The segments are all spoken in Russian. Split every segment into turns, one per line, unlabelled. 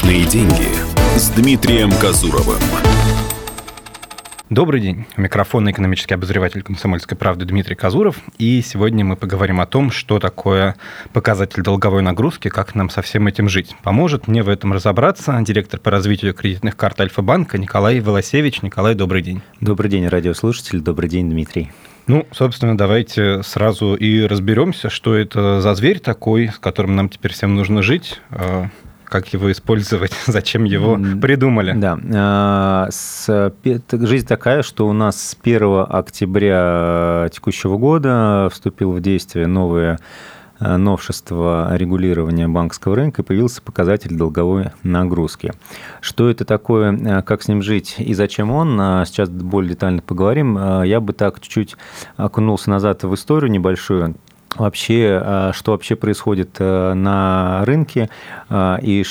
Личные деньги с Дмитрием Казуровым.
Добрый день. У микрофона экономический обозреватель «Комсомольской правды» Дмитрий Казуров. И сегодня мы поговорим о том, что такое показатель долговой нагрузки, как нам со всем этим жить. Поможет мне в этом разобраться директор по развитию кредитных карт Альфа-банка Николай Волосевич. Николай, добрый день.
Добрый день, радиослушатель. Добрый день, Дмитрий.
Собственно, давайте сразу и разберемся, что это за зверь такой, с которым нам теперь всем нужно жить, как его использовать, зачем его придумали.
Да, жизнь такая, что у нас с 1 октября текущего года вступило в действие новое новшество регулирования банковского рынка, и появился показатель долговой нагрузки. Что это такое, как с ним жить и зачем он, сейчас более детально поговорим. Я бы так чуть-чуть окунулся назад в историю небольшую. Вообще, что вообще происходит на рынке и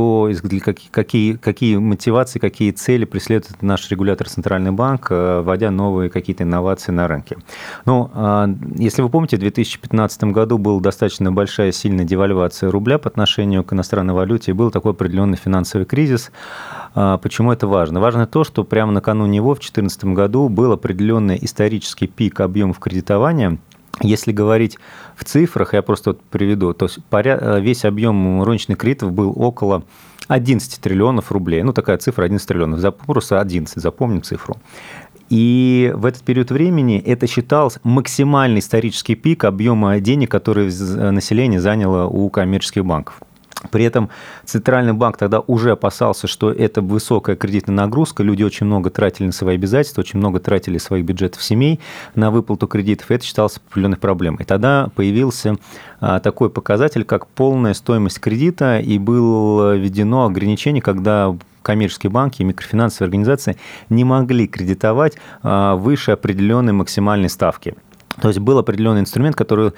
какие мотивации, какие цели преследует наш регулятор Центральный банк, вводя новые какие-то инновации на рынке. Если вы помните, в 2015 году была достаточно большая, сильная девальвация рубля по отношению к иностранной валюте, и был такой определенный финансовый кризис. Почему это важно? Важно то, что прямо накануне него, в 2014 году, был определенный исторический пик объемов кредитования. Если говорить в цифрах, я просто приведу, то весь объем розничных кредитов был около 11 триллионов рублей. Такая цифра 11 триллионов. Просто 11, запомним цифру. И в этот период времени это считался максимальный исторический пик объема денег, который население заняло у коммерческих банков. При этом Центральный банк тогда уже опасался, что это высокая кредитная нагрузка, люди очень много тратили на свои обязательства, очень много тратили своих бюджетов семей на выплату кредитов, и это считалось определенной проблемой. И тогда появился такой показатель, как полная стоимость кредита, и было введено ограничение, когда коммерческие банки и микрофинансовые организации не могли кредитовать выше определенной максимальной ставки. То есть был определенный инструмент,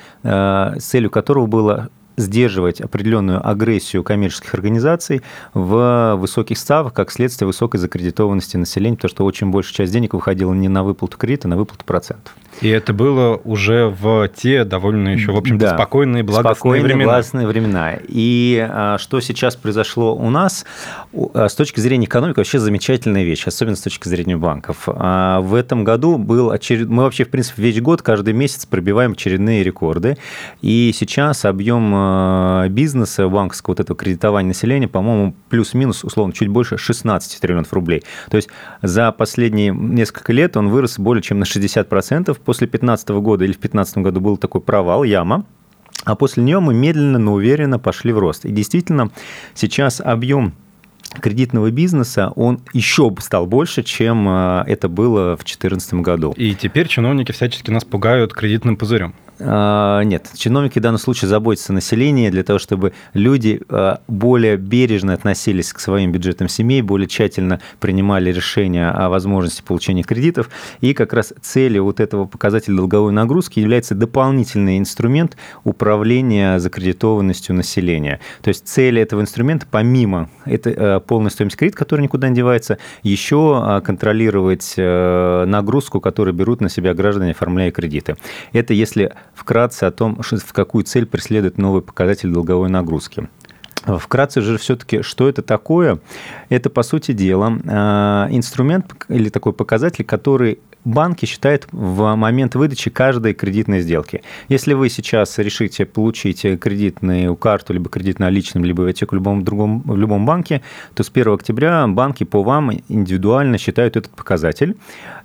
целью которого было сдерживать определенную агрессию коммерческих организаций в высоких ставках, как следствие высокой закредитованности населения, потому что очень большая часть денег выходила не на выплату кредита, а на выплату процентов.
И это было уже в те довольно еще, в общем-то, спокойные, благостные времена.
И что сейчас произошло у нас, с точки зрения экономики, вообще замечательная вещь, особенно с точки зрения банков. В этом году мы вообще, в принципе, весь год, каждый месяц пробиваем очередные рекорды. И сейчас объем бизнеса, банковского этого кредитования населения, по-моему, плюс-минус, условно, чуть больше 16 триллионов рублей. То есть за последние несколько лет он вырос более чем на 60%. После 2015 года или в 2015 году был такой провал, яма, а после нее мы медленно, но уверенно пошли в рост. И действительно, сейчас объем кредитного бизнеса, он еще стал больше, чем это было в 2014 году.
И теперь чиновники всячески нас пугают кредитным пузырем.
Нет, чиновники в данном случае заботятся о населении для того, чтобы люди более бережно относились к своим бюджетам семей, более тщательно принимали решения о возможности получения кредитов. И как раз целью вот этого показателя долговой нагрузки является дополнительный инструмент управления закредитованностью населения. То есть цель этого инструмента, помимо этой полной стоимости кредита, которая никуда не девается, еще контролировать нагрузку, которую берут на себя граждане, оформляя кредиты. Это если вкратце о том, в какую цель преследует новый показатель долговой нагрузки. Вкратце же все-таки, что это такое? Это, по сути дела, инструмент или такой показатель, который банки считают в момент выдачи каждой кредитной сделки. Если вы сейчас решите получить кредитную карту, либо кредит наличным, либо ипотеку в любом банке, то с 1 октября банки по вам индивидуально считают этот показатель.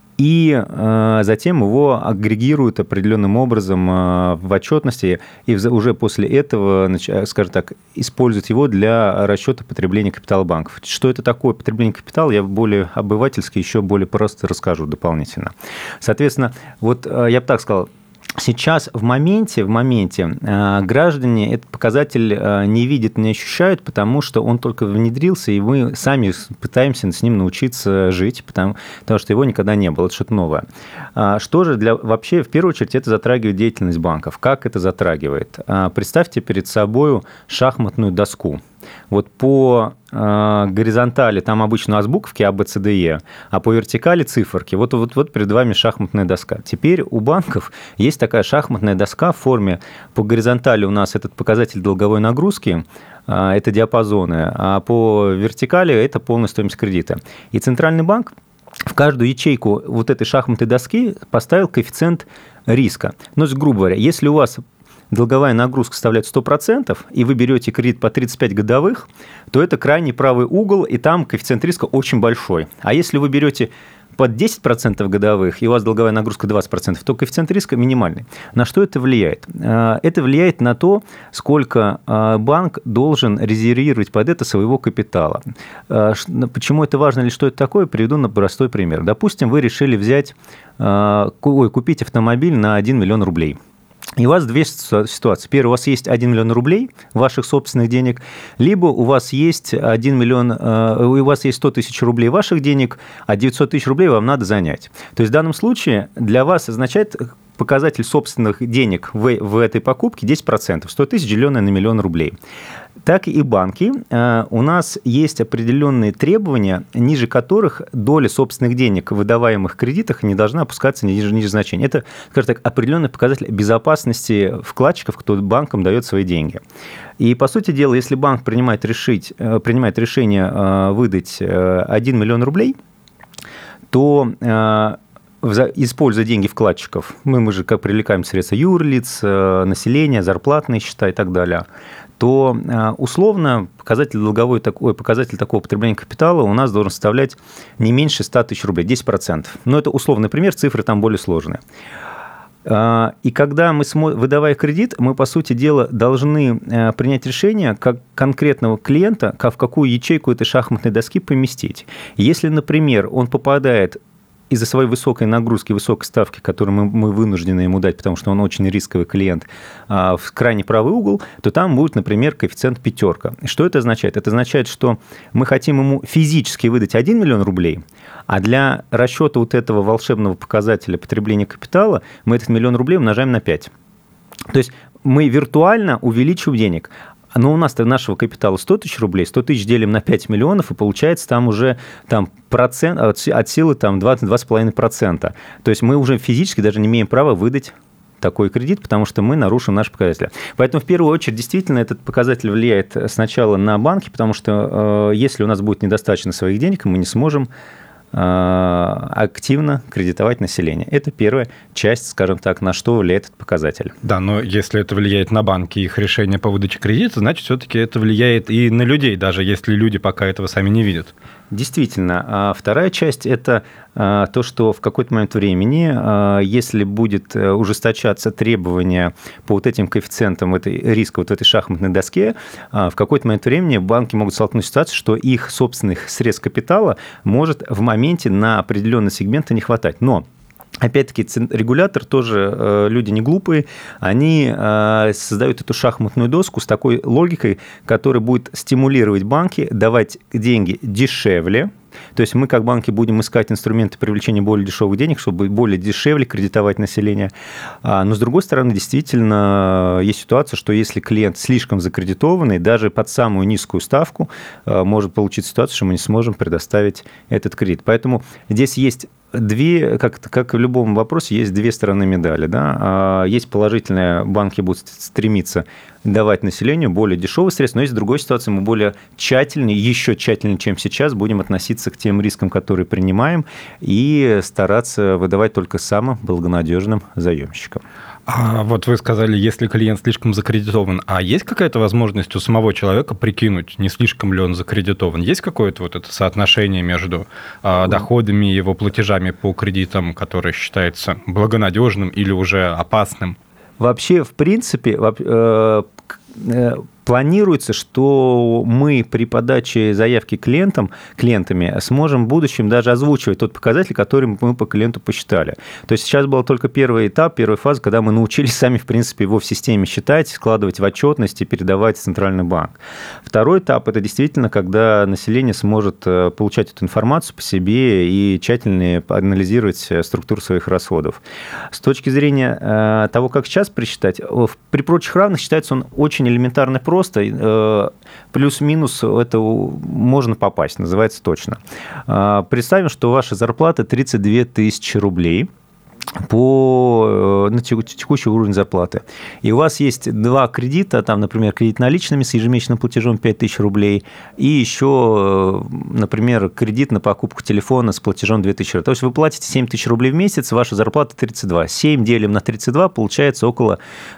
И затем его агрегируют определенным образом в отчетности, и уже после этого, скажем так, используют его для расчета потребления капитала банков. Что это такое потребление капитала, я более обывательски, еще более просто расскажу дополнительно. Соответственно, вот я бы так сказал, сейчас в моменте граждане этот показатель не видят, не ощущают, потому что он только внедрился, и мы сами пытаемся с ним научиться жить, потому что его никогда не было, это что-то новое. Что же вообще, в первую очередь, это затрагивает деятельность банков. Как это затрагивает? Представьте перед собой шахматную доску. Вот по горизонтали там обычно у нас буковки А, Б, С, Д, Е, а по вертикали циферки. Вот перед вами шахматная доска. Теперь у банков есть такая шахматная доска в форме, по горизонтали у нас этот показатель долговой нагрузки, это диапазоны, а по вертикали это полная стоимость кредита. И Центральный банк в каждую ячейку вот этой шахматной доски поставил коэффициент риска. Ну, грубо говоря, если у вас долговая нагрузка составляет 100%, и вы берете кредит по 35 годовых, то это крайний правый угол, и там коэффициент риска очень большой. А если вы берете под 10% годовых, и у вас долговая нагрузка 20%, то коэффициент риска минимальный. На что это влияет? Это влияет на то, сколько банк должен резервировать под это своего капитала. Почему это важно или что это такое, приведу на простой пример. Допустим, вы решили купить автомобиль на 1 миллион рублей. И у вас две ситуации. Первое, у вас есть 1 миллион рублей ваших собственных денег, либо у вас есть 1 миллион, у вас есть 100 тысяч рублей ваших денег, а 900 тысяч рублей вам надо занять. То есть в данном случае для вас означает показатель собственных денег в этой покупке 10%, 100 тысяч, деленное на миллион рублей. Так и банки. У нас есть определенные требования, ниже которых доля собственных денег в выдаваемых кредитах не должна опускаться ниже значения. Это, скажем так, определенный показатель безопасности вкладчиков, кто банкам дает свои деньги. И, по сути дела, если банк принимает решение выдать 1 миллион рублей, то используя деньги вкладчиков, мы же как привлекаем средства юрлиц, населения, зарплатные счета и так далее, то условно показатель такого потребления капитала у нас должен составлять не меньше 100 тысяч рублей, 10%. Но это условный пример, цифры там более сложные. И когда мы, выдавая кредит, мы, по сути дела, должны принять решение, как конкретного клиента, в какую ячейку этой шахматной доски поместить. Если, например, он попадает из-за своей высокой нагрузки, высокой ставки, которую мы вынуждены ему дать, потому что он очень рисковый клиент, в крайний правый угол, то там будет, например, коэффициент 5. Что это означает? Это означает, что мы хотим ему физически выдать 1 миллион рублей, а для расчета вот этого волшебного показателя потребления капитала мы этот 1 миллион рублей умножаем на 5. То есть мы виртуально увеличиваем денег. Но у нас-то нашего капитала 100 тысяч рублей, 100 тысяч делим на 5 миллионов, и получается там уже процент, от силы 2-2,5%. То есть мы уже физически даже не имеем права выдать такой кредит, потому что мы нарушим наши показатели. Поэтому в первую очередь действительно этот показатель влияет сначала на банки, потому что если у нас будет недостаточно своих денег, мы не сможем активно кредитовать население. Это первая часть, скажем так, на что влияет этот показатель.
Да, но если это влияет на банки и их решение по выдаче кредита, значит, все-таки это влияет и на людей, даже если люди пока этого сами не видят.
Действительно. А вторая часть – это то, что в какой-то момент времени, если будет ужесточаться требования по вот этим коэффициентам риска вот в этой шахматной доске, в какой-то момент времени банки могут столкнуться с ситуацией, что их собственных средств капитала может в моменте на определенные сегменты не хватать. Но опять-таки, регулятор тоже люди не глупые, они создают эту шахматную доску с такой логикой, которая будет стимулировать банки давать деньги дешевле. То есть мы, как банки, будем искать инструменты привлечения более дешевых денег, чтобы более дешевле кредитовать население. Но, с другой стороны, действительно, есть ситуация, что если клиент слишком закредитованный, даже под самую низкую ставку может получиться ситуация, что мы не сможем предоставить этот кредит. Поэтому здесь есть как в любом вопросе, есть две стороны медали. Да? Есть положительные, банки будут стремиться давать населению более дешевые средства, но есть другая ситуация, мы более тщательнее, еще тщательнее, чем сейчас, будем относиться к тем рискам, которые принимаем, и стараться выдавать только самым благонадежным заемщикам.
А вот вы сказали, если клиент слишком закредитован, а есть какая-то возможность у самого человека прикинуть, не слишком ли он закредитован? Есть какое-то вот это соотношение между доходами и его платежами по кредитам, которое считается благонадежным или уже опасным?
Вообще, в принципе, планируется, что мы при подаче заявки клиентами сможем в будущем даже озвучивать тот показатель, который мы по клиенту посчитали. То есть сейчас был только первый этап, первая фаза, когда мы научились сами, в принципе, его в системе считать, складывать в отчетность и передавать в Центральный банк. Второй этап – это действительно, когда население сможет получать эту информацию по себе и тщательнее анализировать структуру своих расходов. С точки зрения того, как сейчас присчитать, при прочих равных считается он очень элементарно просто, плюс-минус это можно попасть, называется точно. Представим, что ваша зарплата 32 тысячи рублей, на текущий уровень зарплаты. И у вас есть 2 кредита, там, например, кредит наличными с ежемесячным платежом 5000 рублей, и еще, например, кредит на покупку телефона с платежом 2000 рублей. То есть вы платите 7000 рублей в месяц, ваша зарплата 32. 7 делим на 32, получается около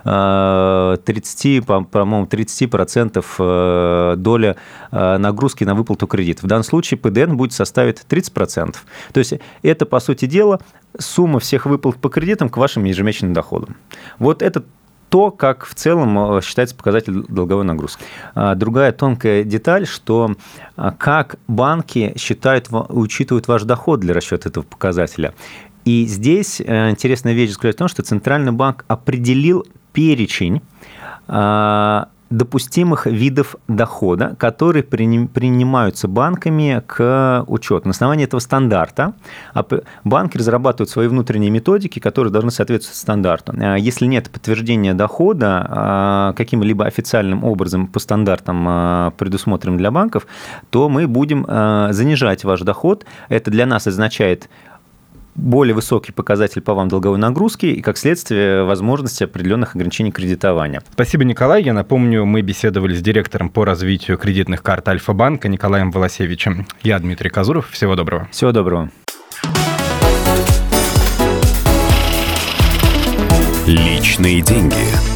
30, по-моему, 30% доля нагрузки на выплату кредита. В данном случае ПДН будет составить 30%. То есть это, по сути дела, сумма всех выплат по кредитам к вашим ежемесячным доходам. Вот это то, как в целом считается показатель долговой нагрузки. Другая тонкая деталь, что как банки учитывают ваш доход для расчета этого показателя. И здесь интересная вещь заключается в том, что Центральный банк определил перечень допустимых видов дохода, которые принимаются банками к учету. На основании этого стандарта банки разрабатывают свои внутренние методики, которые должны соответствовать стандарту. Если нет подтверждения дохода каким-либо официальным образом по стандартам, предусмотренным для банков, то мы будем занижать ваш доход. Это для нас означает более высокий показатель по вам долговой нагрузки и, как следствие, возможности определенных ограничений кредитования.
Спасибо, Николай. Я напомню, мы беседовали с директором по развитию кредитных карт Альфа-банка Николаем Волосевичем. Я Дмитрий Казуров. Всего доброго.
Всего доброго.
Личные деньги.